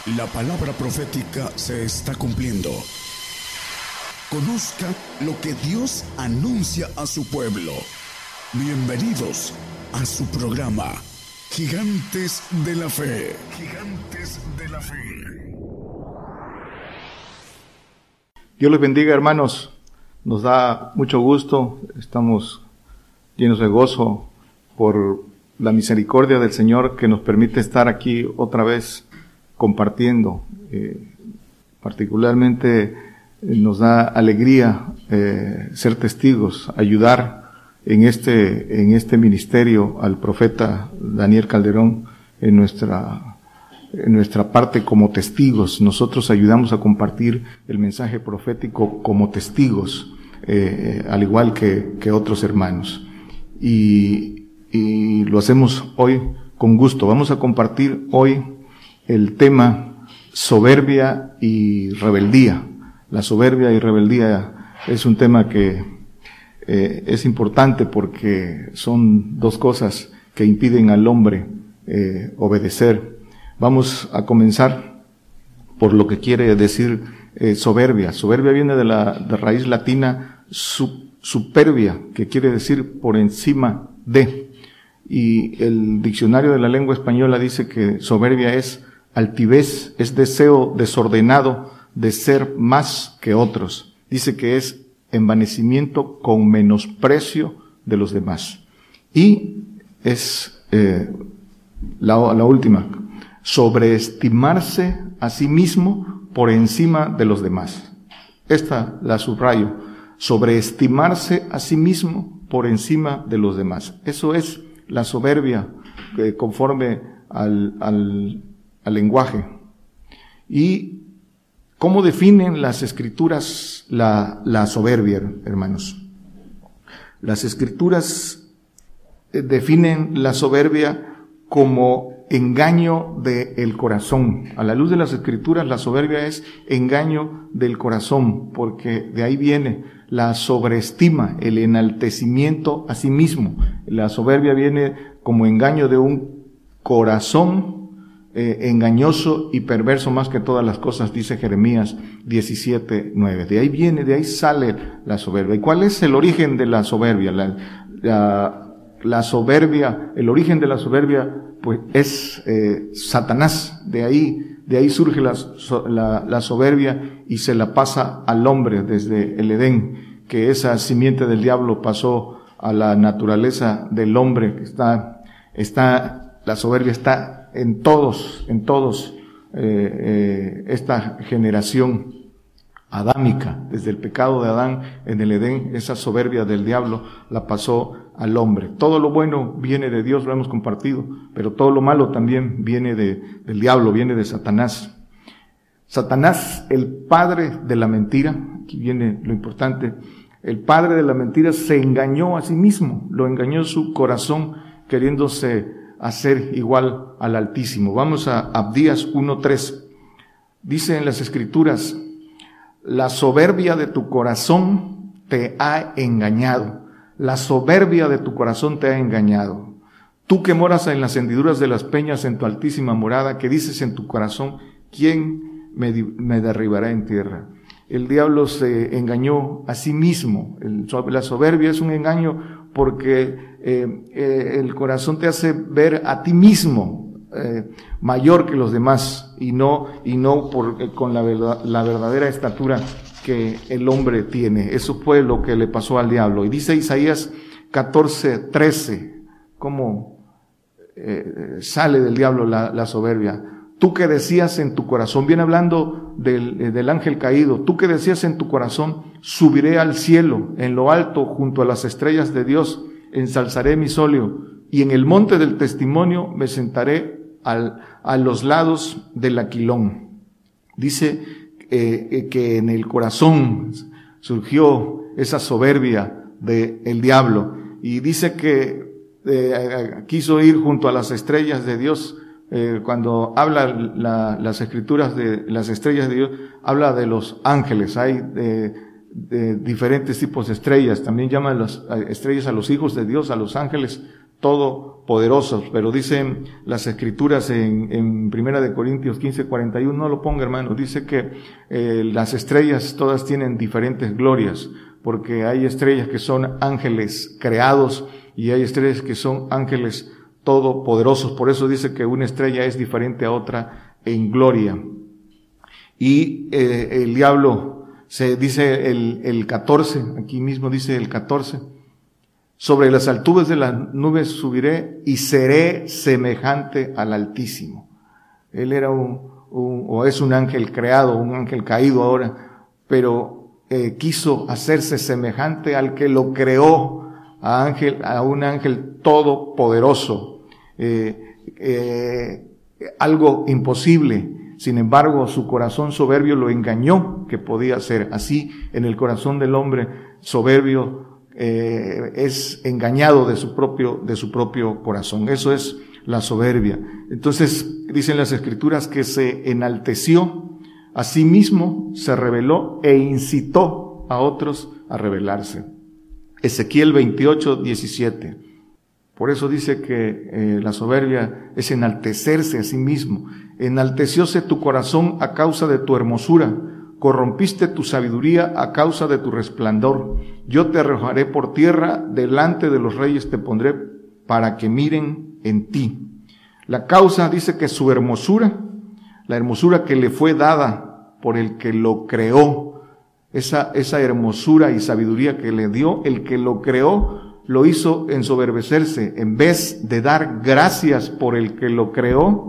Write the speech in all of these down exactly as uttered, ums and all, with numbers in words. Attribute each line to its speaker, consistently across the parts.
Speaker 1: La palabra profética se está cumpliendo. Conozca lo que Dios anuncia a su pueblo. Bienvenidos a su programa, Gigantes de la Fe. Gigantes de la Fe.
Speaker 2: Dios les bendiga, hermanos. Nos da mucho gusto, estamos llenos de gozo por la misericordia del Señor que nos permite estar aquí otra vez compartiendo. Eh, particularmente eh, nos da alegría eh, ser testigos, ayudar en este en este ministerio al profeta Daniel Calderón en nuestra en nuestra parte como testigos. Nosotros ayudamos a compartir el mensaje profético como testigos, eh, al igual que, que otros hermanos. Y, y lo hacemos hoy con gusto. Vamos a compartir hoy el tema soberbia y rebeldía. La soberbia y rebeldía es un tema que eh, es importante porque son dos cosas que impiden al hombre eh, obedecer. Vamos a comenzar por lo que quiere decir eh, soberbia. Soberbia viene de la de raíz latina su, superbia, que quiere decir por encima de. Y el diccionario de la lengua española dice que soberbia es altivez, es deseo desordenado de ser más que otros. Dice que es envanecimiento con menosprecio de los demás. Y es eh, la, la última, sobreestimarse a sí mismo por encima de los demás. Esta la subrayo, sobreestimarse a sí mismo por encima de los demás. Eso es la soberbia eh, conforme al, al al lenguaje. ¿Y cómo definen las escrituras la, la soberbia, hermanos? Las escrituras definen la soberbia como engaño del corazón. A la luz de las escrituras, la soberbia es engaño del corazón, porque de ahí viene la sobreestima, el enaltecimiento a sí mismo. La soberbia viene como engaño de un corazón Eh, engañoso y perverso más que todas las cosas, dice Jeremías diecisiete nueve. De ahí viene, de ahí sale la soberbia. ¿Y cuál es el origen de la soberbia? La, la, la soberbia, el origen de la soberbia, pues es eh, Satanás. De ahí, de ahí surge la, la, la soberbia y se la pasa al hombre desde el Edén, que esa simiente del diablo pasó a la naturaleza del hombre, que está, está, la soberbia está en todos, en todos, eh, eh, esta generación adámica, desde el pecado de Adán en el Edén, esa soberbia del diablo la pasó al hombre. Todo lo bueno viene de Dios, lo hemos compartido, pero todo lo malo también viene de, del diablo, viene de Satanás. Satanás, el padre de la mentira, aquí viene lo importante, el padre de la mentira se engañó a sí mismo, lo engañó su corazón queriéndose a ser igual al Altísimo. Vamos a Abdías uno tres. Dice en las Escrituras, la soberbia de tu corazón te ha engañado. La soberbia de tu corazón te ha engañado. Tú que moras en las hendiduras de las peñas en tu altísima morada, que dices en tu corazón, ¿quién me, me derribará en tierra? El diablo se engañó a sí mismo. El, la soberbia es un engaño porque eh, eh, el corazón te hace ver a ti mismo eh, mayor que los demás y no y no por eh, con la verdad, la verdadera estatura que el hombre tiene. Eso fue lo que le pasó al diablo. Y dice Isaías catorce trece, cómo eh, sale del diablo la, la soberbia. Tú que decías en tu corazón, viene hablando del, del ángel caído, tú que decías en tu corazón, subiré al cielo, en lo alto, junto a las estrellas de Dios, ensalzaré mi solio, y en el monte del testimonio me sentaré al, a los lados del aquilón. Dice eh, que en el corazón surgió esa soberbia del diablo, y dice que eh, quiso ir junto a las estrellas de Dios. Eh, cuando habla la, las escrituras de las estrellas de Dios, habla de los ángeles. Hay de, de diferentes tipos de estrellas. También llaman las estrellas a los hijos de Dios, a los ángeles. todopoderosos. Pero dicen las escrituras en, en Primera de Corintios quince cuarenta y uno, no lo ponga, hermano, dice que eh, las estrellas todas tienen diferentes glorias, porque hay estrellas que son ángeles creados y hay estrellas que son ángeles todopoderosos. Por eso dice que una estrella es diferente a otra en gloria. Y eh, el diablo, se dice el, el catorce, aquí mismo dice el catorce, sobre las alturas de las nubes subiré y seré semejante al Altísimo. Él era un, un o es un ángel creado, un ángel caído ahora, pero eh, quiso hacerse semejante al que lo creó, a ángel, a un ángel todopoderoso, eh, eh, algo imposible. Sin embargo, su corazón soberbio lo engañó que podía ser así. En el corazón del hombre soberbio eh, es engañado de su propio, de su propio corazón. Eso es la soberbia. Entonces, dicen las escrituras que se enalteció a sí mismo, se rebeló e incitó a otros a rebelarse. Ezequiel veintiocho, diecisiete. Por eso dice que eh, la soberbia es enaltecerse a sí mismo. Enaltecióse tu corazón a causa de tu hermosura, corrompiste tu sabiduría a causa de tu resplandor. Yo te arrojaré por tierra, delante de los reyes te pondré para que miren en ti. La causa dice que su hermosura, la hermosura que le fue dada por el que lo creó, esa, esa hermosura y sabiduría que le dio el que lo creó, lo hizo ensoberbecerse. En vez de dar gracias por el que lo creó,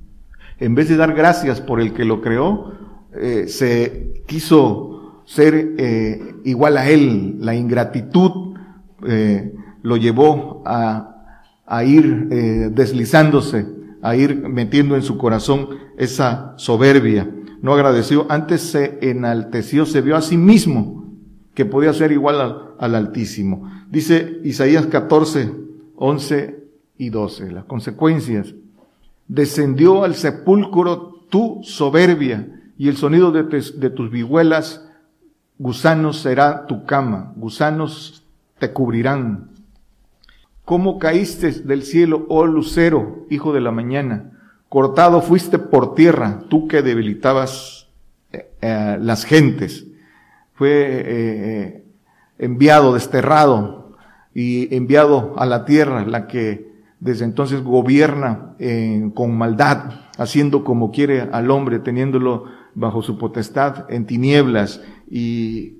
Speaker 2: en vez de dar gracias por el que lo creó, eh, se quiso ser eh, igual a él. La ingratitud eh, lo llevó a, a ir eh, deslizándose, a ir metiendo en su corazón esa soberbia. No agradeció, antes se enalteció, se vio a sí mismo que podía ser igual al, al Altísimo. Dice Isaías catorce, once y doce, las consecuencias. Descendió al sepulcro tu soberbia, y el sonido de, te, de tus vihuelas, gusanos será tu cama, gusanos te cubrirán. ¿Cómo caíste del cielo, oh lucero, hijo de la mañana? Cortado fuiste por tierra, tú que debilitabas eh, eh, las gentes. Fue eh, enviado, desterrado y enviado a la tierra, la que desde entonces gobierna eh, con maldad, haciendo como quiere al hombre, teniéndolo bajo su potestad en tinieblas, y,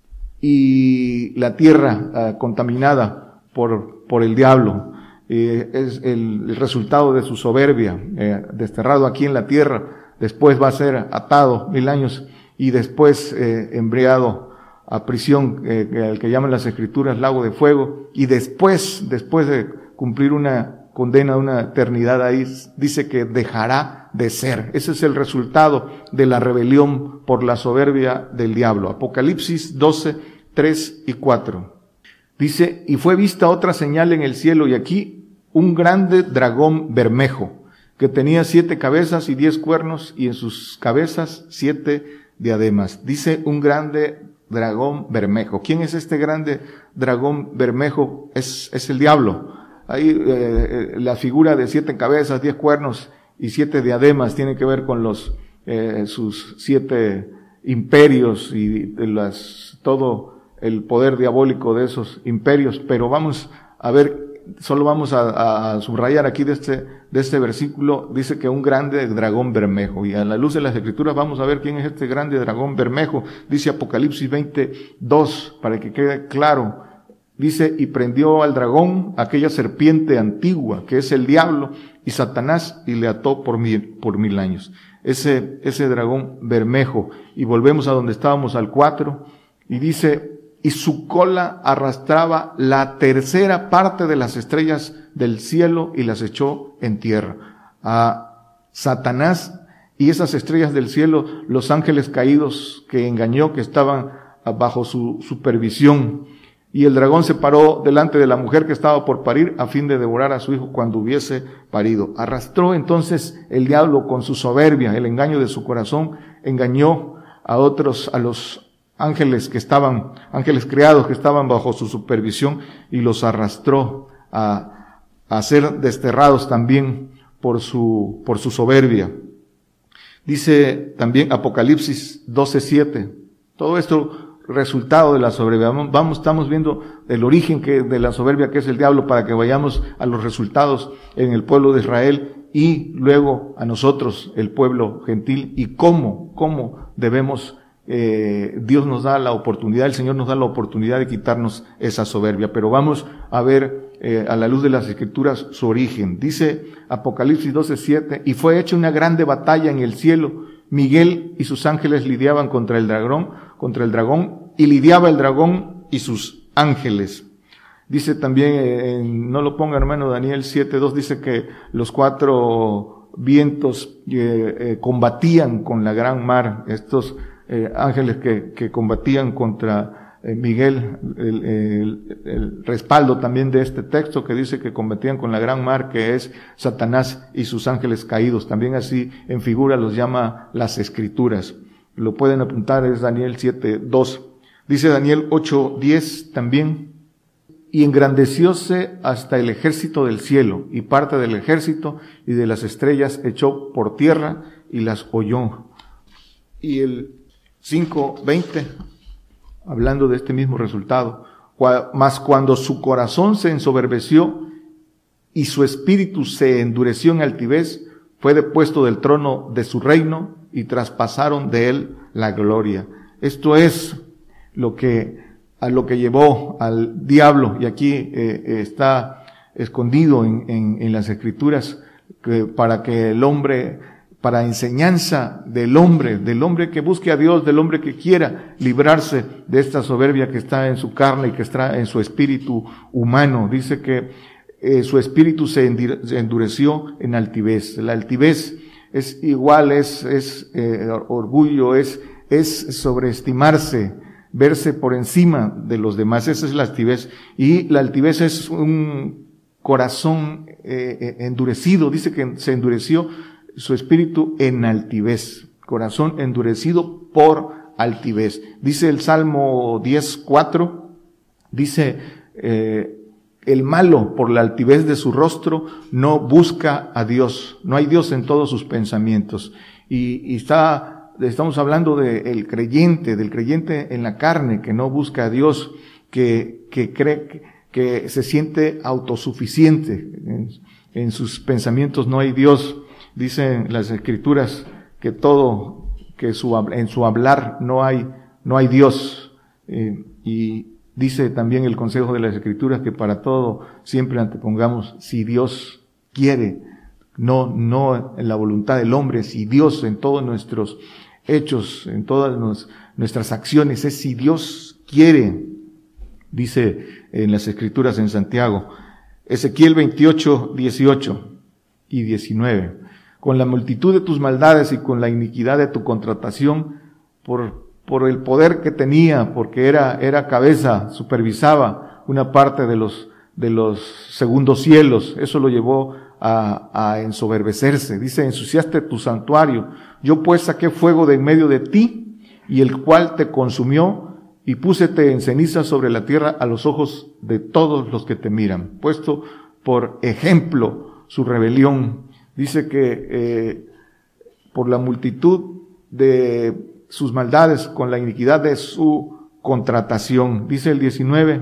Speaker 2: y la tierra eh, contaminada por, por el diablo. Eh, es el, el resultado de su soberbia, eh, desterrado aquí en la tierra, después va a ser atado mil años y después eh, embriagado a prisión, eh, al que llaman las escrituras lago de fuego, y después, después de cumplir una condena, una eternidad ahí, dice que dejará de ser. Ese es el resultado de la rebelión por la soberbia del diablo. Apocalipsis doce, tres y cuatro. Dice, y fue vista otra señal en el cielo, y aquí un grande dragón bermejo, que tenía siete cabezas y diez cuernos, y en sus cabezas siete diademas. Dice un grande dragón bermejo. ¿Quién es este grande dragón bermejo? Es, es el diablo. Ahí eh, la figura de siete cabezas, diez cuernos y siete diademas tiene que ver con los eh, sus siete imperios y de las, todo el poder diabólico de esos imperios. Pero vamos a ver, solo vamos a, a subrayar aquí de este, de este versículo, dice que un grande dragón bermejo, y a la luz de las escrituras vamos a ver quién es este grande dragón bermejo. Dice Apocalipsis veintidós, para que quede claro. Dice, y prendió al dragón, aquella serpiente antigua, que es el diablo, y Satanás, y le ató por mil, por mil años. Ese, ese dragón bermejo. Y volvemos a donde estábamos, al cuatro, y dice, y su cola arrastraba la tercera parte de las estrellas del cielo y las echó en tierra. A Satanás y esas estrellas del cielo, los ángeles caídos que engañó, que estaban bajo su supervisión. Y el dragón se paró delante de la mujer que estaba por parir a fin de devorar a su hijo cuando hubiese parido. Arrastró entonces el diablo con su soberbia, el engaño de su corazón, engañó a otros, a los ángeles que estaban, ángeles creados que estaban bajo su supervisión, y los arrastró a, a ser desterrados también por su, por su soberbia. Dice también Apocalipsis doce siete. Todo esto resultado de la soberbia. Vamos, estamos viendo el origen que, de la soberbia que es el diablo, para que vayamos a los resultados en el pueblo de Israel y luego a nosotros, el pueblo gentil, y cómo, cómo debemos, eh, Dios nos da la oportunidad, el Señor nos da la oportunidad de quitarnos esa soberbia. Pero vamos a ver eh, a la luz de las Escrituras su origen. Dice Apocalipsis doce siete, y fue hecha una grande batalla en el cielo. Miguel y sus ángeles lidiaban contra el dragón, contra el dragón, y lidiaba el dragón y sus ángeles. Dice también, eh, no lo ponga hermano, Daniel siete dos, dice que los cuatro vientos eh, eh, combatían con la gran mar. Estos eh, ángeles que, que combatían contra eh, Miguel, el, el, el respaldo también de este texto que dice que combatían con la gran mar, que es Satanás y sus ángeles caídos. También así en figura los llama las Escrituras. Lo pueden apuntar, es Daniel siete dos. Dice Daniel ocho diez también, y engrandecióse hasta el ejército del cielo, y parte del ejército y de las estrellas echó por tierra y las holló. Y el cinco veinte, hablando de este mismo resultado, mas cuando su corazón se ensoberbeció y su espíritu se endureció en altivez, fue depuesto del trono de su reino y traspasaron de él la gloria. Esto es lo que a lo que llevó al diablo, y aquí eh, está escondido en, en, en las Escrituras, que para que el hombre, para enseñanza del hombre, del hombre que busque a Dios, del hombre que quiera librarse de esta soberbia que está en su carne y que está en su espíritu humano. Dice que eh, su espíritu se endureció en altivez. La altivez es igual, es, es eh, orgullo, es, es sobreestimarse, verse por encima de los demás. Esa es la altivez. Y la altivez es un corazón eh, endurecido. Dice que se endureció su espíritu en altivez. Corazón endurecido por altivez. Dice el Salmo diez cuatro, dice, eh, el malo por la altivez de su rostro no busca a Dios. No hay Dios en todos sus pensamientos. Y, y está Estamos hablando del creyente, del creyente en la carne, que no busca a Dios, que, que cree que, que se siente autosuficiente. En, en sus pensamientos no hay Dios. Dicen las Escrituras que todo, que su, en su hablar no hay, no hay Dios. Eh, y dice también el consejo de las Escrituras que para todo siempre antepongamos si Dios quiere, no, no en la voluntad del hombre, si Dios en todos nuestros hechos, en todas nos, nuestras acciones, es si Dios quiere, dice en las Escrituras en Santiago. Ezequiel veintiocho, dieciocho y diecinueve. Con la multitud de tus maldades y con la iniquidad de tu contratación, por, por el poder que tenía, porque era, era cabeza, supervisaba una parte de los, de los segundos cielos, eso lo llevó a, a ensoberbecerse. Dice, ensuciaste tu santuario. Yo pues saqué fuego de en medio de ti, y el cual te consumió, y púsete en ceniza sobre la tierra a los ojos de todos los que te miran. Puesto por ejemplo su rebelión. Dice que eh, por la multitud de sus maldades, con la iniquidad de su contratación. Dice el diecinueve,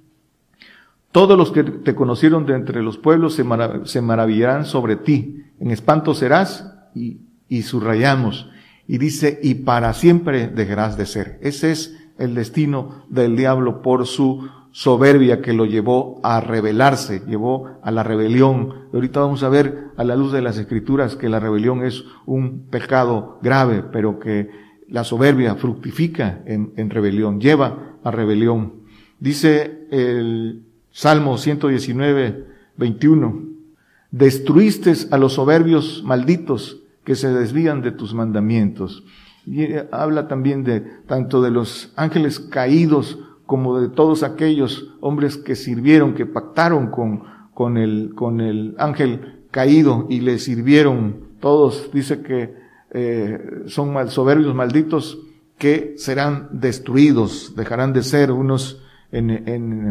Speaker 2: todos los que te conocieron de entre los pueblos se, marav- se maravillarán sobre ti. En espanto serás, y, y subrayamos. Y dice, y para siempre dejarás de ser. Ese es el destino del diablo por su soberbia que lo llevó a rebelarse, llevó a la rebelión. Y ahorita vamos a ver a la luz de las Escrituras que la rebelión es un pecado grave, pero que la soberbia fructifica en, en rebelión, lleva a rebelión. Dice el Salmo ciento diecinueve, veintiuno, destruiste a los soberbios malditos que se desvían de tus mandamientos. Y habla también de tanto de los ángeles caídos como de todos aquellos hombres que sirvieron, que pactaron con, con el, con el ángel caído y le sirvieron. Todos, dice que eh, son mal, soberbios malditos que serán destruidos, dejarán de ser unos en, en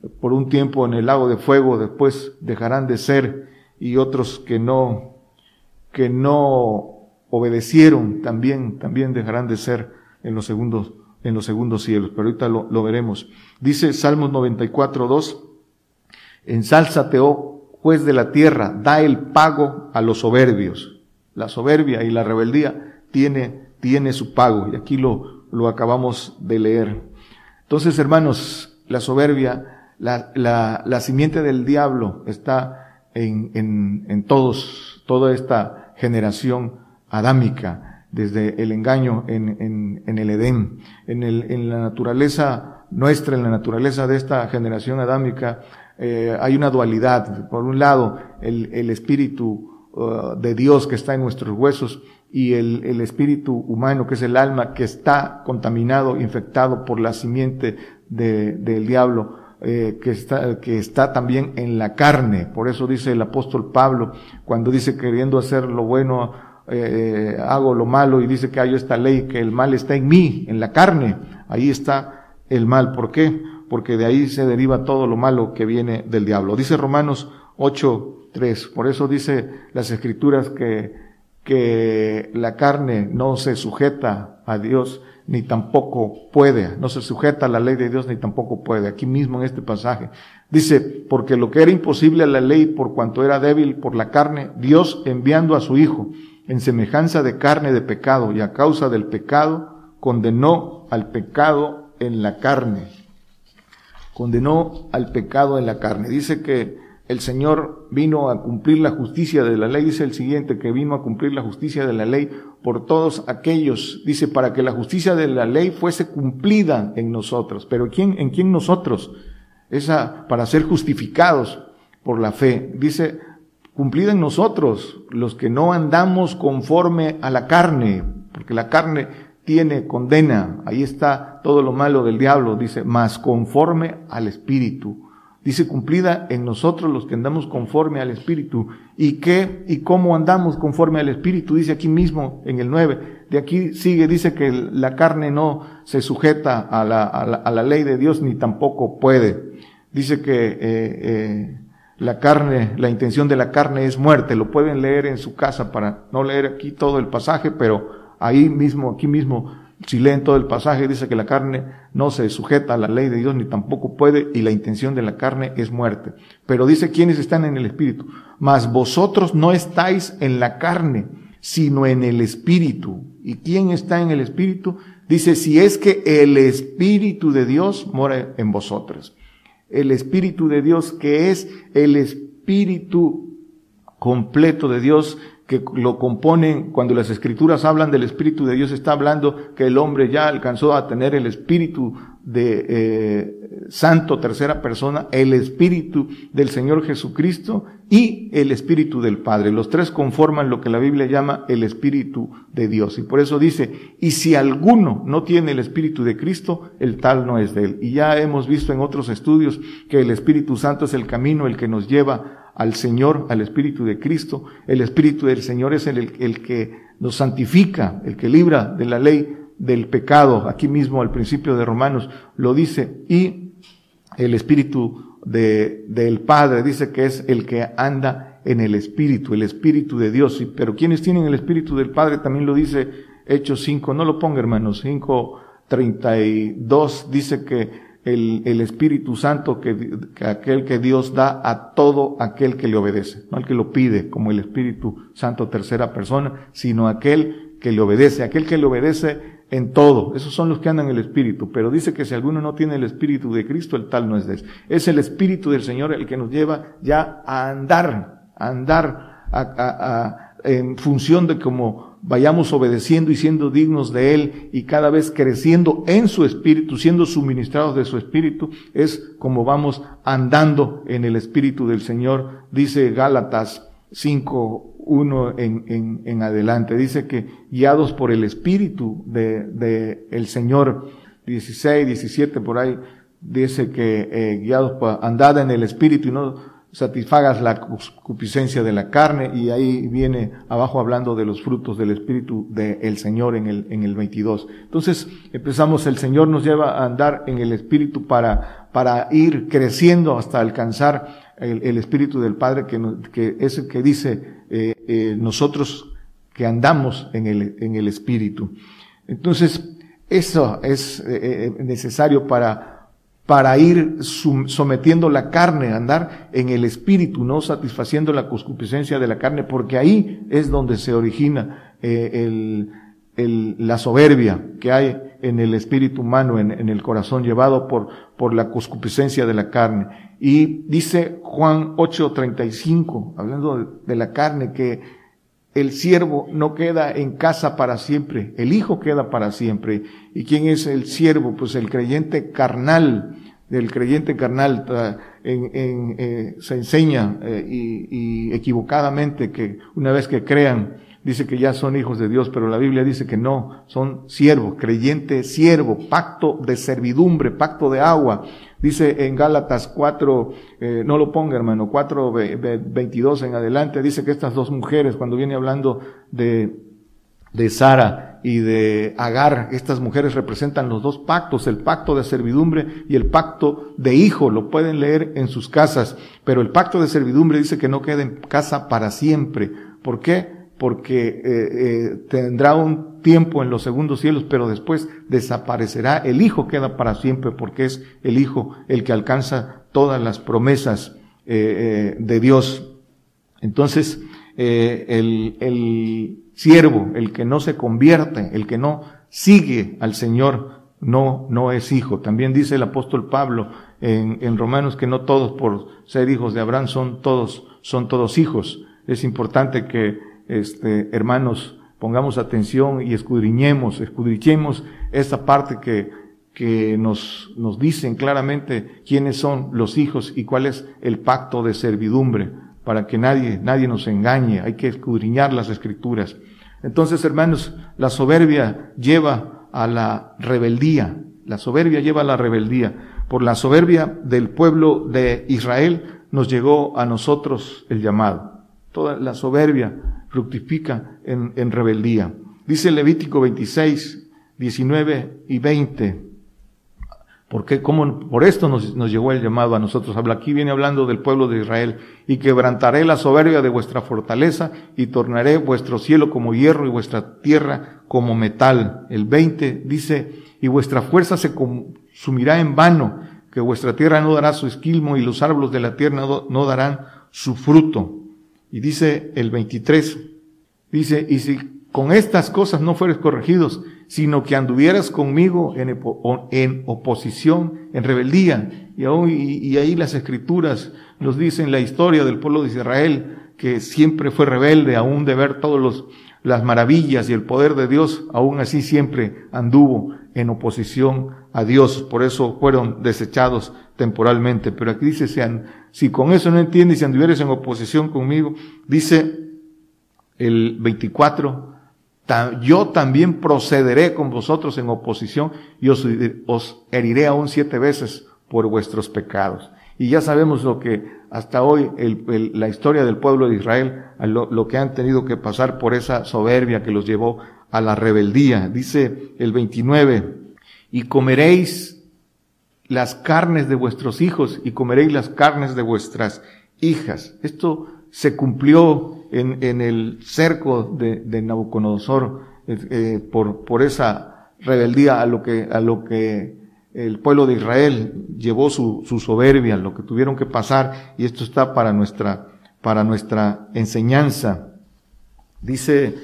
Speaker 2: por un tiempo en el lago de fuego, después dejarán de ser, y otros que no, que no obedecieron también, también dejarán de ser en los segundos, en los segundos cielos, pero ahorita lo, lo veremos. Dice Salmos noventa y cuatro, dos, ensálzate, oh juez de la tierra, da el pago a los soberbios. La soberbia y la rebeldía tiene, tiene su pago, y aquí lo, lo acabamos de leer. Entonces, hermanos, la soberbia, la, la, la simiente del diablo está en, en, en todos, toda esta generación adámica, desde el engaño en, en, en el Edén, en el, en la naturaleza nuestra, en la naturaleza de esta generación adámica, eh, hay una dualidad. Por un lado, el, el espíritu uh, de Dios que está en nuestros huesos, y el, el espíritu humano, que es el alma, que está contaminado, infectado por la simiente de, del diablo, eh, que está, que está también en la carne. Por eso dice el apóstol Pablo, cuando dice, queriendo hacer lo bueno, eh, hago lo malo, y dice que hay esta ley, que el mal está en mí, en la carne. Ahí está el mal. ¿Por qué? Porque de ahí se deriva todo lo malo que viene del diablo. Dice Romanos ocho, tres. Por eso dice las Escrituras que que la carne no se sujeta a Dios, ni tampoco puede, no se sujeta a la ley de Dios, ni tampoco puede. Aquí mismo en este pasaje dice, porque lo que era imposible a la ley, por cuanto era débil por la carne, Dios, enviando a su Hijo en semejanza de carne de pecado, y a causa del pecado condenó al pecado en la carne. Condenó al pecado en la carne. Dice que el Señor vino a cumplir la justicia de la ley. Dice el siguiente, que vino a cumplir la justicia de la ley por todos aquellos. Dice, para que la justicia de la ley fuese cumplida en nosotros. ¿Pero quién, en quién nosotros? Esa, para ser justificados por la fe. Dice, cumplida en nosotros, los que no andamos conforme a la carne, porque la carne tiene condena. Ahí está todo lo malo del diablo. Dice, mas conforme al Espíritu. Dice, cumplida en nosotros los que andamos conforme al Espíritu. ¿Y qué? ¿Y cómo andamos conforme al Espíritu? Dice aquí mismo en el nueve. De aquí sigue, dice que la carne no se sujeta a la, a la, a la ley de Dios, ni tampoco puede. Dice que eh, eh, la carne, la intención de la carne es muerte. Lo pueden leer en su casa, para no leer aquí todo el pasaje, pero ahí mismo, aquí mismo, si leen todo el pasaje, dice que la carne no se sujeta a la ley de Dios, ni tampoco puede, y la intención de la carne es muerte. Pero dice, ¿quiénes están en el Espíritu? Mas vosotros no estáis en la carne, sino en el Espíritu. ¿Y quién está en el Espíritu? Dice, si es que el Espíritu de Dios mora en vosotros. El Espíritu de Dios, que es el Espíritu completo de Dios, que lo componen. Cuando las Escrituras hablan del Espíritu de Dios, está hablando que el hombre ya alcanzó a tener el Espíritu de eh, Santo, tercera persona, el Espíritu del Señor Jesucristo y el Espíritu del Padre. Los tres conforman lo que la Biblia llama el Espíritu de Dios. Y por eso dice, y si alguno no tiene el Espíritu de Cristo, el tal no es de él. Y ya hemos visto en otros estudios que el Espíritu Santo es el camino, el que nos lleva al Señor, al Espíritu de Cristo. El Espíritu del Señor es el, el que nos santifica, el que libra de la ley del pecado. Aquí mismo al principio de Romanos lo dice. Y el Espíritu de, del Padre dice que es el que anda en el Espíritu, el Espíritu de Dios. Pero quienes tienen el Espíritu del Padre, también lo dice Hechos cinco, no lo ponga hermanos, cinco treinta y dos, dice que El, el Espíritu Santo, que, que aquel que Dios da a todo aquel que le obedece, no al que lo pide como el Espíritu Santo tercera persona, sino aquel que le obedece, aquel que le obedece en todo. Esos son los que andan en el Espíritu. Pero dice que si alguno no tiene el Espíritu de Cristo, el tal no es de él. Es el Espíritu del Señor el que nos lleva ya a andar, a andar a, a, a, en función de cómo vayamos obedeciendo y siendo dignos de Él, y cada vez creciendo en su Espíritu, siendo suministrados de su Espíritu, es como vamos andando en el Espíritu del Señor. Dice Gálatas cinco uno en, en, en adelante, dice que guiados por el Espíritu de, de el Señor. Dieciséis, diecisiete por ahí, dice que eh, guiados por, andad en el Espíritu y no satisfagas la concupiscencia de la carne. Y ahí viene abajo hablando de los frutos del Espíritu del Señor en el, en el veintidós. Entonces empezamos, el Señor nos lleva a andar en el Espíritu para, para ir creciendo hasta alcanzar el, el Espíritu del Padre, que, que es el que dice eh, eh, nosotros que andamos en el, en el Espíritu. Entonces, eso es eh, necesario para para ir sometiendo la carne, andar en el Espíritu, no satisfaciendo la concupiscencia de la carne, porque ahí es donde se origina eh, el, el, la soberbia que hay en el espíritu humano, en, en el corazón, llevado por, por la concupiscencia de la carne. Y dice Juan ocho treinta y cinco, hablando de, de la carne, que el siervo no queda en casa para siempre, el hijo queda para siempre. ¿Y quién es el siervo? Pues el creyente carnal, el creyente carnal. En, en, eh, se enseña eh, y, y equivocadamente que una vez que crean, dice que ya son hijos de Dios, pero la Biblia dice que no, son siervos, creyente siervo, pacto de servidumbre, pacto de agua. Dice en Gálatas cuatro, eh, no lo ponga hermano, cuatro veintidós en adelante, dice que estas dos mujeres, cuando viene hablando de, de Sara y de Agar, estas mujeres representan los dos pactos, el pacto de servidumbre y el pacto de hijo, lo pueden leer en sus casas, pero el pacto de servidumbre dice que no queda en casa para siempre. ¿Por qué? Porque eh, eh, tendrá un tiempo en los segundos cielos, pero después desaparecerá. El Hijo queda para siempre, porque es el Hijo el que alcanza todas las promesas eh, eh, de Dios. Entonces, eh, el, el siervo, el que no se convierte, el que no sigue al Señor, no, no es hijo. También dice el apóstol Pablo en, en Romanos que no todos por ser hijos de Abraham son todos, son todos hijos. Es importante que Este, hermanos, pongamos atención y escudriñemos, escudriñemos esta parte que, que nos, nos dicen claramente quiénes son los hijos y cuál es el pacto de servidumbre, para que nadie, nadie nos engañe. Hay que escudriñar las Escrituras. Entonces, hermanos, la soberbia lleva a la rebeldía. La soberbia lleva a la rebeldía. Por la soberbia del pueblo de Israel nos llegó a nosotros el llamado. Toda la soberbia fructifica en, en rebeldía. Dice Levítico veintiséis, diecinueve y veinte. Porque como por esto nos, nos llegó el llamado a nosotros. Habla aquí, viene hablando del pueblo de Israel. Y quebrantaré la soberbia de vuestra fortaleza y tornaré vuestro cielo como hierro y vuestra tierra como metal. El veinte dice, y vuestra fuerza se consumirá en vano, que vuestra tierra no dará su esquilmo y los árboles de la tierra no, no darán su fruto. Y dice el veintitrés, dice, y si con estas cosas no fueres corregidos, sino que anduvieras conmigo en, en oposición, en rebeldía. Y, aún, y, y ahí las Escrituras nos dicen la historia del pueblo de Israel, que siempre fue rebelde, aún de ver todos los, las maravillas y el poder de Dios, aún así siempre anduvo en oposición a Dios. Por eso fueron desechados temporalmente. Pero aquí dice, sean, si con eso no entiendes, si anduvieres en oposición conmigo, dice el veinticuatro, yo también procederé con vosotros en oposición y os, os heriré aún siete veces por vuestros pecados. Y ya sabemos lo que hasta hoy el, el, la historia del pueblo de Israel, lo, lo que han tenido que pasar por esa soberbia que los llevó a la rebeldía. Dice el veintinueve, y comeréis las carnes de vuestros hijos y comeréis las carnes de vuestras hijas. Esto se cumplió en, en el cerco de, de Nabucodonosor eh, por, por esa rebeldía a lo que, a lo que el pueblo de Israel llevó su, su soberbia, lo que tuvieron que pasar, y esto está para nuestra, para nuestra enseñanza. Dice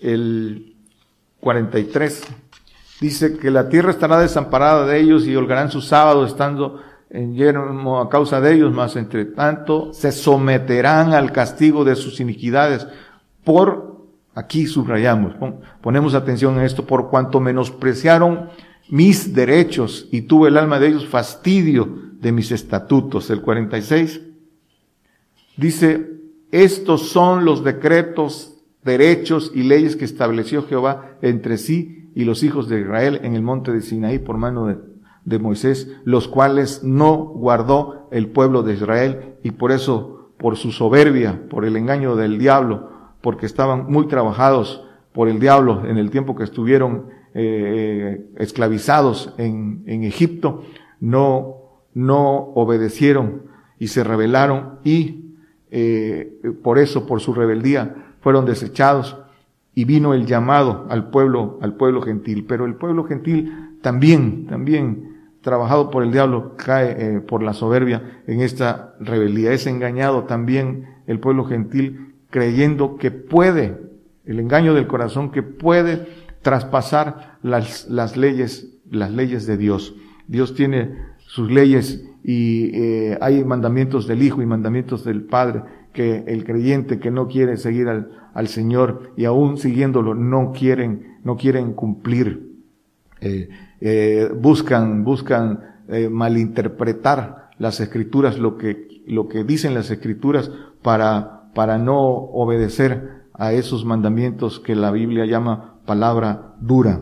Speaker 2: el cuarenta y tres, dice que la tierra estará desamparada de ellos y holgarán sus sábados estando en yermo a causa de ellos, mas entre tanto se someterán al castigo de sus iniquidades. Por, aquí subrayamos, pon, ponemos atención a esto, por cuanto menospreciaron mis derechos y tuvo el alma de ellos fastidio de mis estatutos. El cuarenta y seis dice, estos son los decretos, derechos y leyes que estableció Jehová entre sí y los hijos de Israel en el monte de Sinaí por mano de, de Moisés, los cuales no guardó el pueblo de Israel, y por eso, por su soberbia, por el engaño del diablo, porque estaban muy trabajados por el diablo en el tiempo que estuvieron eh, esclavizados en, en Egipto, no, no obedecieron y se rebelaron y eh, por eso, por su rebeldía, fueron desechados y vino el llamado al pueblo, al pueblo gentil. Pero el pueblo gentil también, también trabajado por el diablo, cae eh, por la soberbia en esta rebeldía. Es engañado también el pueblo gentil creyendo que puede, el engaño del corazón, que puede traspasar las, las leyes, las leyes de Dios. Dios tiene sus leyes y eh, hay mandamientos del Hijo y mandamientos del Padre que el creyente que no quiere seguir al, al Señor y aún siguiéndolo no quieren, no quieren cumplir. Eh, eh, buscan, buscan eh, malinterpretar las Escrituras, lo que, lo que dicen las Escrituras para, para no obedecer a esos mandamientos que la Biblia llama palabra dura.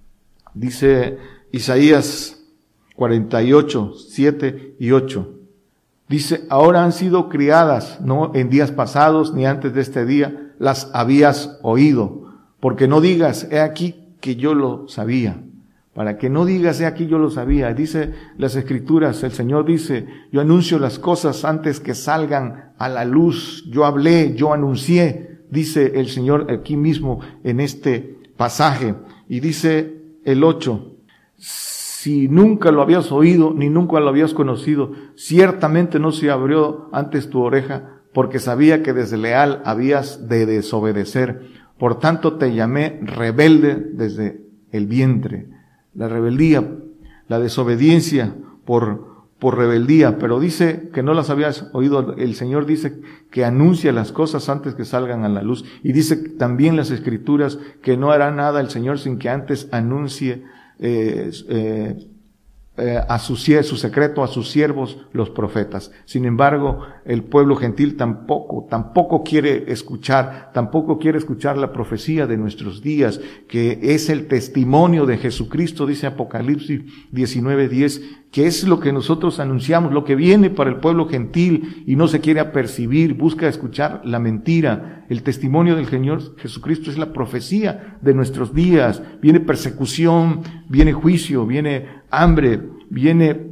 Speaker 2: Dice Isaías cuarenta y ocho, siete y ocho. Dice, ahora han sido criadas, no en días pasados ni antes de este día, las habías oído, porque no digas, he aquí que yo lo sabía. Para que no digas, he aquí yo lo sabía. Dice las Escrituras, el Señor dice, yo anuncio las cosas antes que salgan a la luz. Yo hablé, yo anuncié, dice el Señor aquí mismo en este pasaje. Y dice el ocho, si nunca lo habías oído, ni nunca lo habías conocido, ciertamente no se abrió antes tu oreja, porque sabía que desleal habías de desobedecer. Por tanto te llamé rebelde desde el vientre. La rebeldía, la desobediencia por, por rebeldía, pero dice que no las habías oído. El Señor dice que anuncia las cosas antes que salgan a la luz. Y dice también las Escrituras que no hará nada el Señor sin que antes anuncie Eh, eh, eh, a su, su secreto a sus siervos los profetas. Sin embargo, el pueblo gentil tampoco, tampoco quiere escuchar, tampoco quiere escuchar la profecía de nuestros días, que es el testimonio de Jesucristo, dice Apocalipsis diecinueve diez, que es lo que nosotros anunciamos, lo que viene para el pueblo gentil y no se quiere apercibir, busca escuchar la mentira. El testimonio del Señor Jesucristo es la profecía de nuestros días. Viene persecución, viene juicio, viene hambre, viene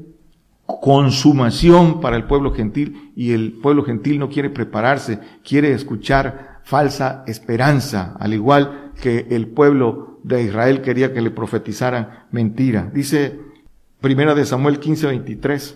Speaker 2: consumación para el pueblo gentil y el pueblo gentil no quiere prepararse, quiere escuchar falsa esperanza, al igual que el pueblo de Israel quería que le profetizaran mentira. Dice Primera de Samuel quince veintitrés,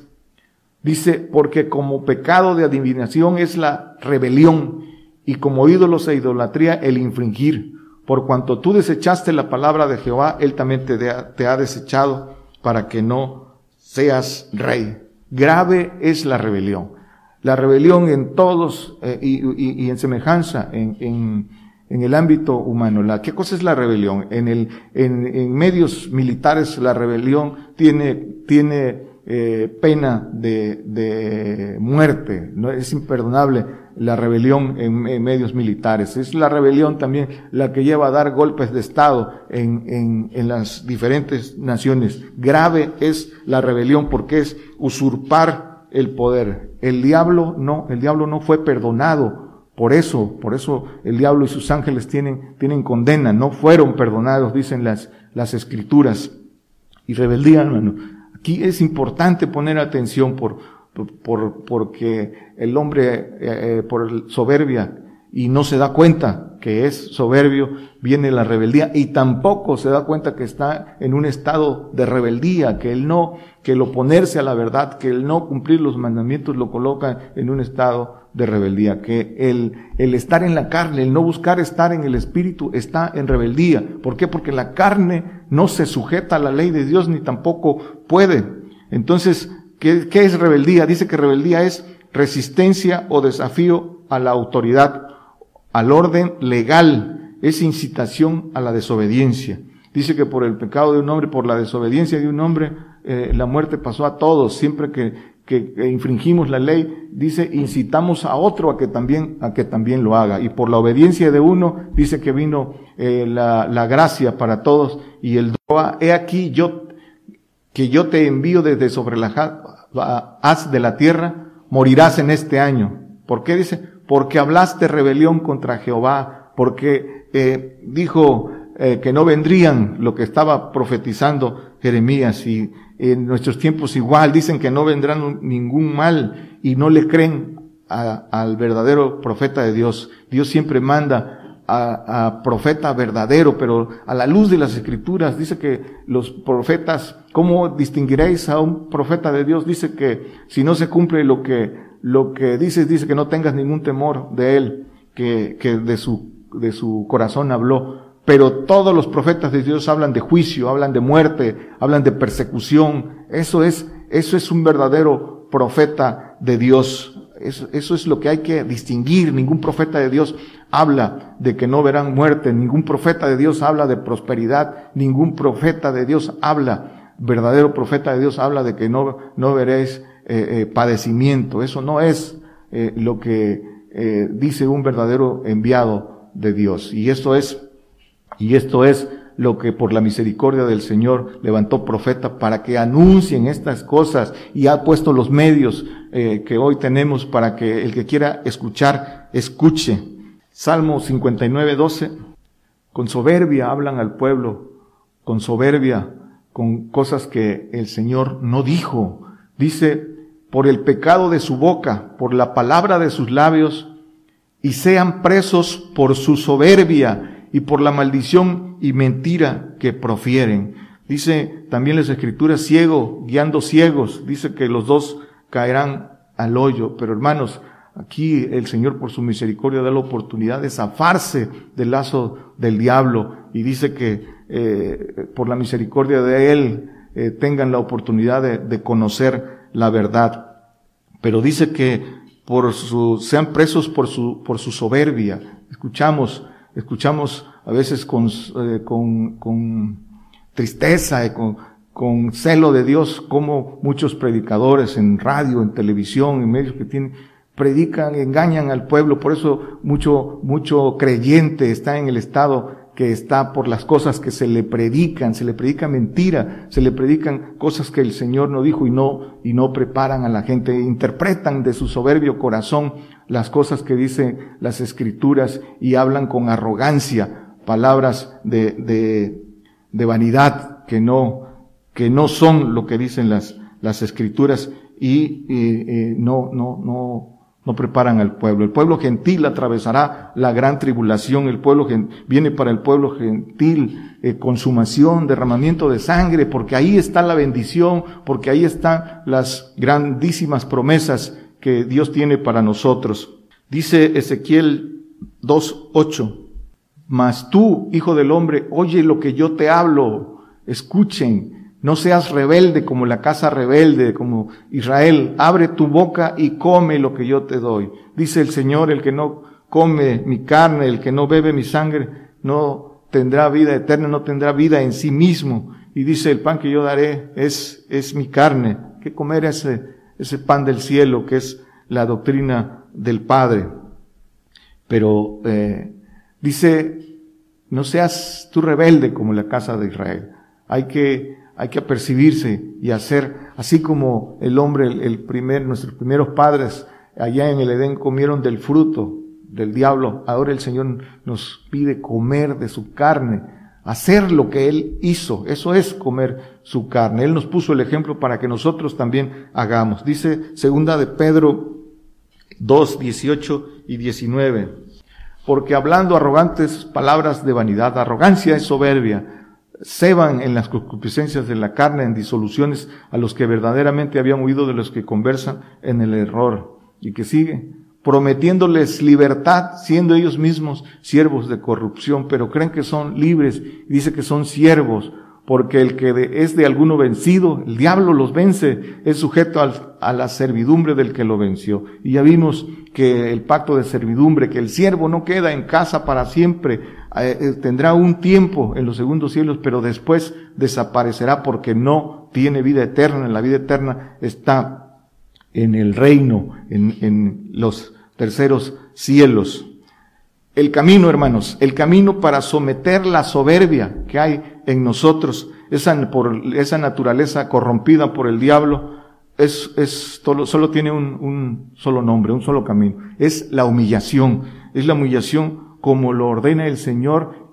Speaker 2: dice, porque como pecado de adivinación es la rebelión y como ídolos e idolatría el infringir. Por cuanto tú desechaste la palabra de Jehová, él también te, de, te ha desechado para que no seas rey. Grave es la rebelión. La rebelión en todos eh, y, y, y en semejanza en, en, en el ámbito humano. La, ¿Qué cosa es la rebelión? En el, en, en medios militares la rebelión tiene, tiene eh, pena de, de muerte. No es imperdonable la rebelión en, en medios militares. Es la rebelión también la que lleva a dar golpes de Estado en, en, en las diferentes naciones. Grave es la rebelión porque es usurpar el poder. El diablo no, el diablo no fue perdonado. Por eso, por eso el diablo y sus ángeles tienen, tienen condena, no fueron perdonados, dicen las, las Escrituras. Y rebeldía, hermano. Aquí es importante poner atención por, por, por porque el hombre, eh, eh, por soberbia, y no se da cuenta que es soberbio, viene la rebeldía, y tampoco se da cuenta que está en un estado de rebeldía, que el no, que el oponerse a la verdad, que el no cumplir los mandamientos lo coloca en un estado de rebeldía, que el, el estar en la carne, el no buscar estar en el espíritu, está en rebeldía. ¿Por qué? Porque la carne no se sujeta a la ley de Dios, ni tampoco puede. Entonces, ¿qué, qué es rebeldía? Dice que rebeldía es resistencia o desafío a la autoridad, al orden legal, es incitación a la desobediencia. Dice que por el pecado de un hombre, por la desobediencia de un hombre, eh, la muerte pasó a todos. Siempre que, que, que infringimos la ley, dice, incitamos a otro a que también, a que también lo haga. Y por la obediencia de uno, dice que vino eh, la, la gracia para todos. Y el doa, he aquí yo, que yo te envío desde sobre la haz de la tierra, morirás en este año. ¿Por qué dice? Porque hablaste rebelión contra Jehová, porque eh, dijo eh, que no vendrían lo que estaba profetizando Jeremías, y en nuestros tiempos igual, dicen que no vendrá ningún mal y no le creen a, al verdadero profeta de Dios. Dios siempre manda A, a profeta verdadero, pero a la luz de las Escrituras dice que los profetas, ¿cómo distinguiréis a un profeta de Dios? Dice que si no se cumple lo que lo que dice, dice que no tengas ningún temor de él, que que de su de su corazón habló. Pero todos los profetas de Dios hablan de juicio, hablan de muerte, hablan de persecución. Eso es eso es un verdadero profeta de Dios. Eso, eso es lo que hay que distinguir. Ningún profeta de Dios habla de que no verán muerte, ningún profeta de Dios habla de prosperidad, ningún profeta de Dios habla, verdadero profeta de Dios habla de que no, no veréis eh, eh, padecimiento. Eso no es eh, lo que eh, dice un verdadero enviado de Dios. Y esto es, y esto es lo que por la misericordia del Señor levantó profeta para que anuncien estas cosas, y ha puesto los medios eh, que hoy tenemos para que el que quiera escuchar, escuche. Salmo cincuenta y nueve, doce. Con soberbia hablan al pueblo, con soberbia, con cosas que el Señor no dijo. Dice, por el pecado de su boca, por la palabra de sus labios, y sean presos por su soberbia y por la maldición y mentira que profieren. Dice también las Escrituras, ciego guiando ciegos. Dice que los dos caerán al hoyo. Pero hermanos, aquí el Señor por su misericordia da la oportunidad de zafarse del lazo del diablo, y dice que eh, por la misericordia de Él eh, tengan la oportunidad de, de conocer la verdad. Pero dice que por su, sean presos por su, por su soberbia. Escuchamos, escuchamos a veces con, eh, con, con tristeza y con, con celo de Dios como muchos predicadores en radio, en televisión, en medios que tienen, predican, engañan al pueblo. Por eso mucho, mucho creyente está en el estado que está por las cosas que se le predican, se le predica mentira, se le predican cosas que el Señor no dijo, y no, y no preparan a la gente, interpretan de su soberbio corazón las cosas que dicen las Escrituras y hablan con arrogancia, palabras de, de, de vanidad que no, que no son lo que dicen las, las Escrituras, y, y, y no, no, no, no preparan al pueblo. El pueblo gentil atravesará la gran tribulación. El pueblo gen, viene para el pueblo gentil eh, consumación, derramamiento de sangre, porque ahí está la bendición, porque ahí están las grandísimas promesas que Dios tiene para nosotros. Dice Ezequiel dos, ocho, mas tú, hijo del hombre, oye lo que yo te hablo, escuchen. No seas rebelde como la casa rebelde, como Israel. Abre tu boca y come lo que yo te doy. Dice el Señor, el que no come mi carne, el que no bebe mi sangre, no tendrá vida eterna, no tendrá vida en sí mismo. Y dice, el pan que yo daré es, es mi carne. Que comer ese, ese pan del cielo, que es la doctrina del Padre. Pero, eh, dice, no seas tú rebelde como la casa de Israel. Hay que, Hay que apercibirse y hacer, así como el hombre, el, el primer, nuestros primeros padres allá en el Edén comieron del fruto del diablo, ahora el Señor nos pide comer de su carne, hacer lo que Él hizo. Eso es comer su carne. Él nos puso el ejemplo para que nosotros también hagamos. Dice segunda de Pedro dos, dieciocho y diecinueve. Porque hablando arrogantes palabras de vanidad, arrogancia es soberbia, ceban en las concupiscencias de la carne, en disoluciones a los que verdaderamente habían huido de los que conversan en el error. Y que sigue, prometiéndoles libertad, siendo ellos mismos siervos de corrupción, pero creen que son libres, y dice que son siervos, porque el que de, es de alguno vencido, el diablo los vence, es sujeto al, a la servidumbre del que lo venció. Y ya vimos que el pacto de servidumbre, que el siervo no queda en casa para siempre, Eh, tendrá un tiempo en los segundos cielos, pero después desaparecerá porque no tiene vida eterna. La vida eterna está en el reino, en, en los terceros cielos. El camino, hermanos, el camino para someter la soberbia que hay en nosotros, esa, por, esa naturaleza corrompida por el diablo, es, es solo, solo tiene un, un solo nombre, un solo camino. Es la humillación, es la humillación como lo ordena el Señor,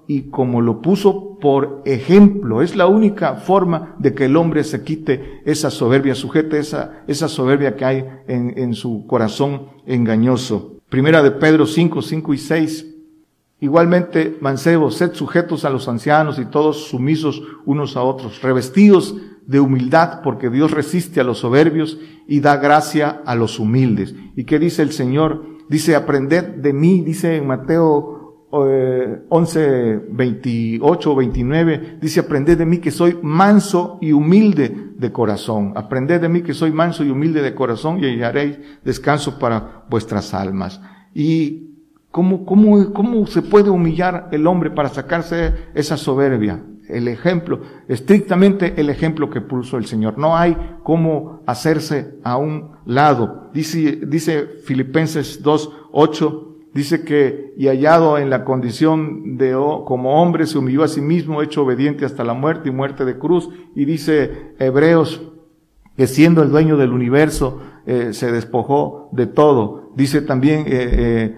Speaker 2: y como lo puso por ejemplo. Es la única forma de que el hombre se quite esa soberbia, sujete esa, esa soberbia que hay en, en su corazón engañoso. Primera de Pedro cinco, cinco y seis. Igualmente, mancebos, sed sujetos a los ancianos y todos sumisos unos a otros, revestidos de humildad, porque Dios resiste a los soberbios y da gracia a los humildes. ¿Y qué dice el Señor? Dice, aprended de mí, dice en Mateo eh, once, veintiocho, veintinueve, dice, aprended de mí que soy manso y humilde de corazón. Aprended de mí que soy manso y humilde de corazón y hallaréis descanso para vuestras almas. Y ¿Cómo, cómo, ¿Cómo se puede humillar el hombre para sacarse esa soberbia? El ejemplo, estrictamente el ejemplo que puso el Señor. No hay cómo hacerse a un lado. Dice, dice Filipenses dos, ocho, dice que, y hallado en la condición de como hombre, se humilló a sí mismo, hecho obediente hasta la muerte y muerte de cruz. Y dice Hebreos, que siendo el dueño del universo, eh, se despojó de todo. Dice también, eh, eh,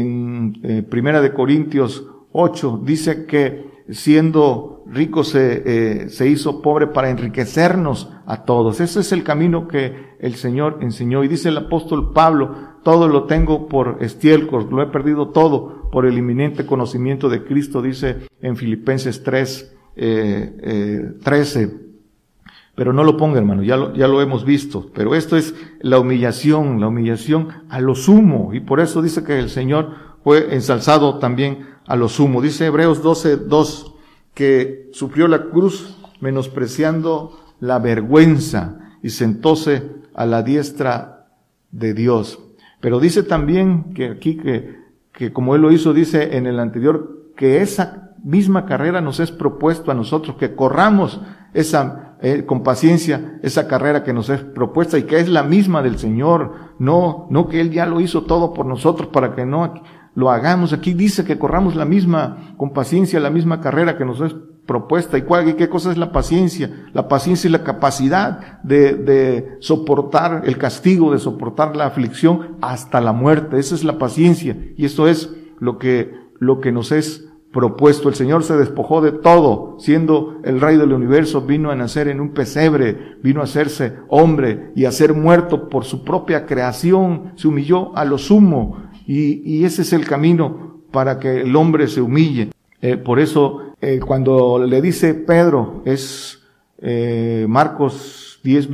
Speaker 2: en eh, Primera de Corintios ocho, dice que siendo rico se, eh, se hizo pobre para enriquecernos a todos. Ese es el camino que el Señor enseñó. Y dice el apóstol Pablo, todo lo tengo por estiércol, lo he perdido todo por el inminente conocimiento de Cristo, dice en Filipenses tres, eh, eh, trece. Pero no lo ponga, hermano, ya lo, ya lo hemos visto. Pero esto es la humillación, la humillación a lo sumo. Y por eso dice que el Señor fue ensalzado también a lo sumo. Dice Hebreos doce, dos, que sufrió la cruz menospreciando la vergüenza y sentóse a la diestra de Dios. Pero dice también que aquí que, que como Él lo hizo, dice en el anterior, que esa misma carrera nos es propuesto a nosotros, que corramos esa Eh, con paciencia esa carrera que nos es propuesta y que es la misma del Señor, no, no que Él ya lo hizo todo por nosotros para que no lo hagamos. Aquí dice que corramos la misma, con paciencia, la misma carrera que nos es propuesta. ¿Y cuál, qué cosa es la paciencia? La paciencia es la capacidad de, de soportar el castigo, de soportar la aflicción hasta la muerte. Esa es la paciencia, y esto es lo que, lo que nos es propuesto. El Señor se despojó de todo, siendo el Rey del universo, vino a nacer en un pesebre, vino a hacerse hombre y a ser muerto por su propia creación, se humilló a lo sumo, y, y ese es el camino para que el hombre se humille. Eh, por eso, eh, cuando le dice Pedro, es eh, Marcos diez,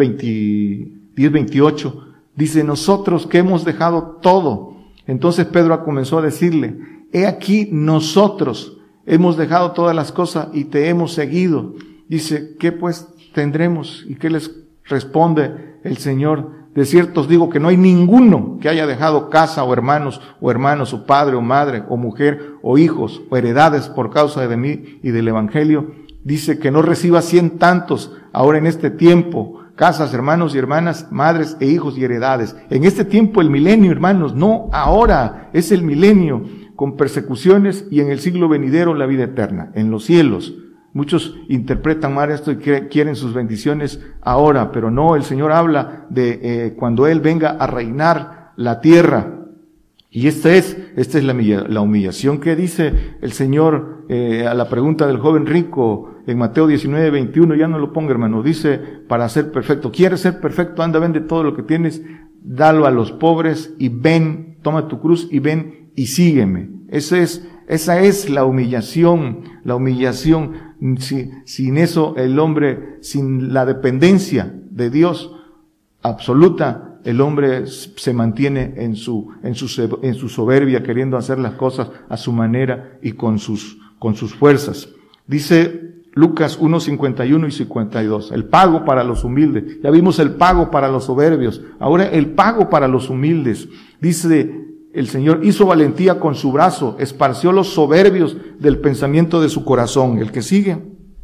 Speaker 2: veintiocho, dice, nosotros que hemos dejado todo. Entonces Pedro comenzó a decirle, he aquí nosotros hemos dejado todas las cosas y te hemos seguido. Dice, ¿qué pues tendremos? ¿Y qué les responde el Señor? De cierto os digo que no hay ninguno que haya dejado casa o hermanos o hermanos o padre o madre o mujer o hijos o heredades por causa de mí y del Evangelio. Dice que no reciba cien tantos ahora en este tiempo, casas, hermanos y hermanas, madres e hijos y heredades. En este tiempo el milenio, hermanos, no ahora, es el milenio, con persecuciones, y en el siglo venidero la vida eterna, en los cielos. Muchos interpretan mal esto y quieren sus bendiciones ahora, pero no, el Señor habla de eh, cuando Él venga a reinar la tierra. Y esta es, esta es la, la humillación que dice el Señor eh, a la pregunta del joven rico en Mateo diecinueve, veintiuno, ya no lo ponga, hermano, dice, para ser perfecto. ¿Quieres ser perfecto? Anda, vende todo lo que tienes, dalo a los pobres y ven, toma tu cruz y ven y sígueme. Esa es, esa es la humillación, la humillación. Si, sin eso el hombre, sin la dependencia de Dios absoluta, el hombre se mantiene en su, en su, en su soberbia, queriendo hacer las cosas a su manera y con sus, con sus fuerzas. Dice Lucas uno, cincuenta y uno y cincuenta y dos, el pago para los humildes. Ya vimos el pago para los soberbios, ahora el pago para los humildes. Dice el Señor, hizo valentía con su brazo, esparció los soberbios del pensamiento de su corazón. El que sigue,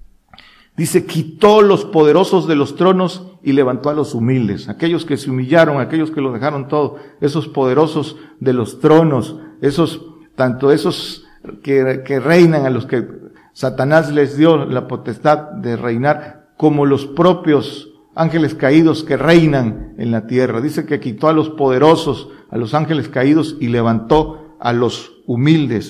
Speaker 2: dice, quitó los poderosos de los tronos y levantó a los humildes. Aquellos que se humillaron, aquellos que lo dejaron todo, esos poderosos de los tronos, esos, tanto esos que, que reinan, a los que Satanás les dio la potestad de reinar, como los propios ángeles caídos que reinan en la tierra. Dice que quitó a los poderosos, a los ángeles caídos, y levantó a los humildes.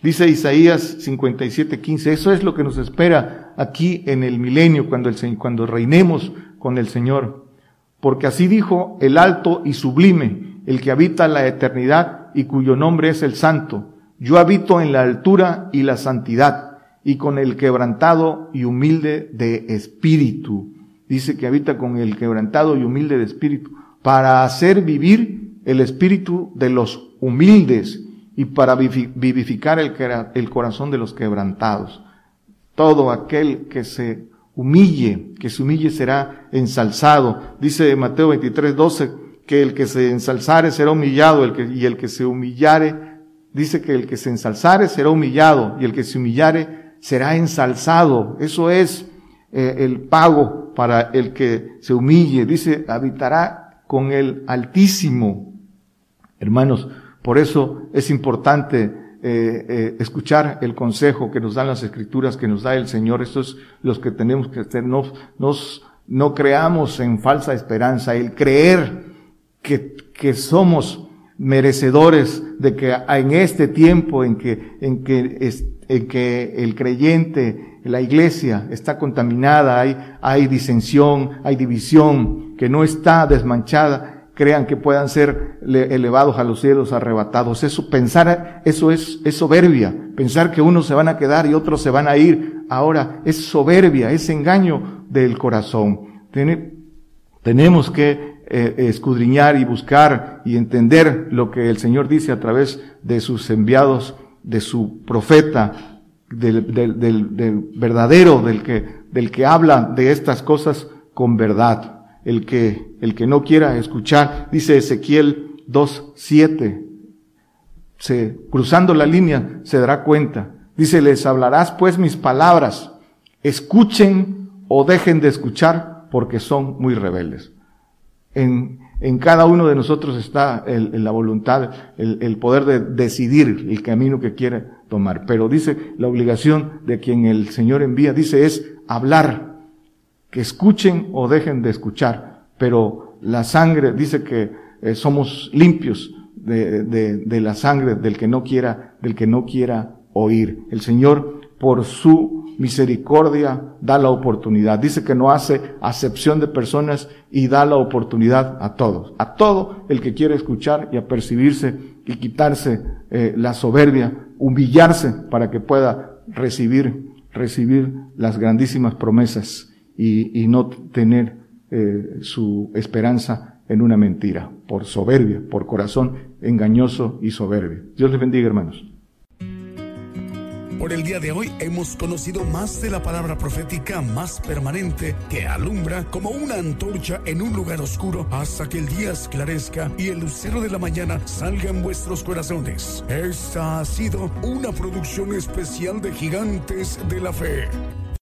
Speaker 2: Dice Isaías cincuenta y siete, quince, eso es lo que nos espera aquí en el milenio, cuando, el, cuando reinemos con el Señor. Porque así dijo el alto y sublime, el que habita la eternidad y cuyo nombre es el Santo. Yo habito en la altura y la santidad, y con el quebrantado y humilde de espíritu. Dice que habita con el quebrantado y humilde de espíritu, para hacer vivir el espíritu de los humildes y para vivificar el, el corazón de los quebrantados. Todo aquel que se humille, que se humille será ensalzado. Dice Mateo veintitrés, doce, que el que se ensalzare será humillado, el que, y el que se humillare, dice que el que se ensalzare será humillado, y el que se humillare será ensalzado. Eso es eh, el pago para el que se humille. Dice, habitará con el Altísimo. Hermanos, por eso es importante eh, eh, escuchar el consejo que nos dan las Escrituras, que nos da el Señor. Eso es lo que tenemos que hacer. No, nos, no creamos en falsa esperanza. El creer que, que somos merecedores de que en este tiempo en que, en que, es, en que el creyente, la iglesia está contaminada, hay, hay disensión, hay división, que no está desmanchada, crean que puedan ser elevados a los cielos, arrebatados. Eso, pensar, eso es, es soberbia. Pensar que unos se van a quedar y otros se van a ir. Ahora, es soberbia, es engaño del corazón. Ten, tenemos que eh, escudriñar y buscar y entender lo que el Señor dice a través de sus enviados, de su profeta, del, del, del, del verdadero, del que, del que habla de estas cosas con verdad. El que, el que no quiera escuchar, dice Ezequiel dos, siete, se, cruzando la línea se dará cuenta. Dice, les hablarás pues mis palabras, escuchen o dejen de escuchar porque son muy rebeldes. En, en cada uno de nosotros está el, el, la voluntad, el, el poder de decidir el camino que quiere tomar. Pero dice, la obligación de quien el Señor envía, dice, es hablar. Que escuchen o dejen de escuchar, pero la sangre, dice que eh, somos limpios de, de, de la sangre del que no quiera, del que no quiera oír. El Señor, por su misericordia, da la oportunidad. Dice que no hace acepción de personas y da la oportunidad a todos, a todo el que quiere escuchar y apercibirse y quitarse eh, la soberbia, humillarse para que pueda recibir, recibir las grandísimas promesas. Y, y no tener eh, su esperanza en una mentira, por soberbia, por corazón engañoso y soberbio. Dios les bendiga, hermanos.
Speaker 1: Por el día de hoy hemos conocido más de la palabra profética más permanente que alumbra como una antorcha en un lugar oscuro hasta que el día esclarezca y el lucero de la mañana salga en vuestros corazones. Esta ha sido una producción especial de Gigantes de la Fe.